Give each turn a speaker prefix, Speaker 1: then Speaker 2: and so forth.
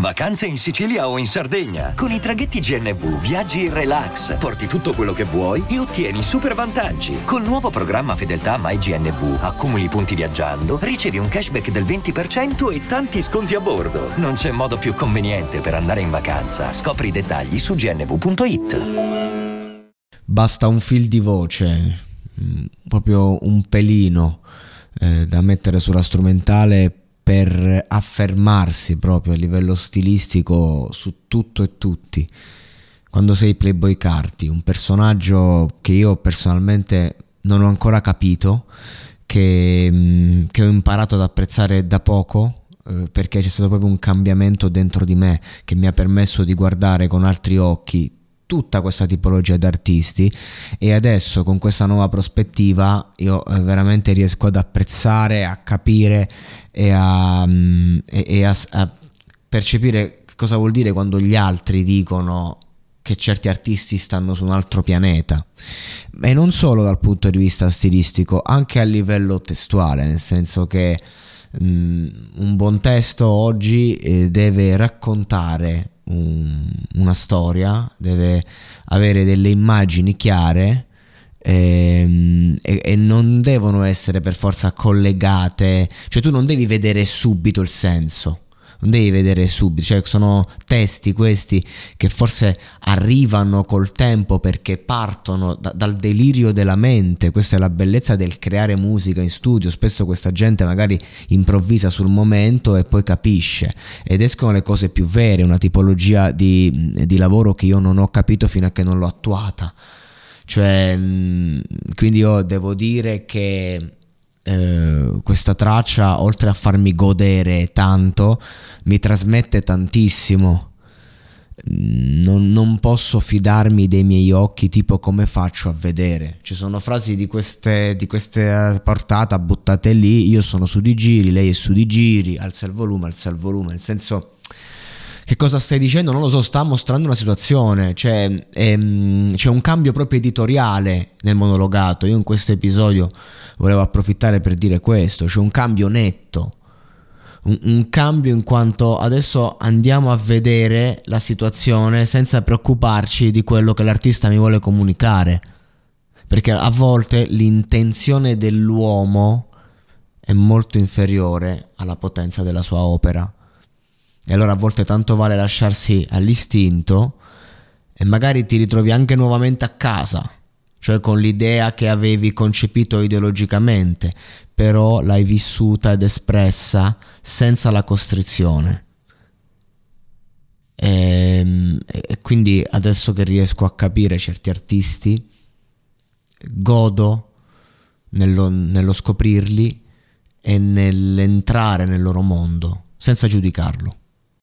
Speaker 1: Vacanze in Sicilia o in Sardegna. Con i traghetti GNV viaggi in relax, porti tutto quello che vuoi e ottieni super vantaggi. Col nuovo programma Fedeltà MyGNV accumuli punti viaggiando, ricevi un cashback del 20% e tanti sconti a bordo. Non c'è modo più conveniente per andare in vacanza. Scopri i dettagli su gnv.it.
Speaker 2: Basta un fil di voce, proprio un pelino da mettere sulla strumentale per affermarsi proprio a livello stilistico su tutto e tutti. Quando sei Playboi Carti, un personaggio che io personalmente non ho ancora capito, che ho imparato ad apprezzare da poco, perché c'è stato proprio un cambiamento dentro di me che mi ha permesso di guardare con altri occhi tutta questa tipologia di artisti, e adesso con questa nuova prospettiva io veramente riesco ad apprezzare, a capire e a percepire cosa vuol dire quando gli altri dicono che certi artisti stanno su un altro pianeta, e non solo dal punto di vista stilistico, anche a livello testuale, nel senso che un buon testo oggi deve raccontare una storia, deve avere delle immagini chiare e non devono essere per forza collegate, cioè tu non devi vedere subito il senso, non devi vedere subito, cioè sono testi questi che forse arrivano col tempo perché partono dal delirio della mente. Questa è la bellezza del creare musica in studio. Spesso questa gente magari improvvisa sul momento e poi capisce, ed escono le cose più vere, una tipologia di lavoro che io non ho capito fino a che non l'ho attuata. Cioè, quindi io devo dire che questa traccia, oltre a farmi godere tanto, mi trasmette tantissimo. Non posso fidarmi dei miei occhi, tipo come faccio a vedere. Ci sono frasi di queste portata buttate lì: io sono su di giri, lei è su di giri, alza il volume, nel senso, che cosa stai dicendo? Non lo so, sta mostrando una situazione, cioè c'è un cambio proprio editoriale nel monologato. Io in questo episodio volevo approfittare per dire questo: c'è un cambio netto, un cambio in quanto adesso andiamo a vedere la situazione senza preoccuparci di quello che l'artista mi vuole comunicare, perché a volte l'intenzione dell'uomo è molto inferiore alla potenza della sua opera. E allora a volte tanto vale lasciarsi all'istinto, e magari ti ritrovi anche nuovamente a casa, cioè con l'idea che avevi concepito ideologicamente, però l'hai vissuta ed espressa senza la costrizione. E quindi adesso che riesco a capire certi artisti, godo nello scoprirli e nell'entrare nel loro mondo senza giudicarlo.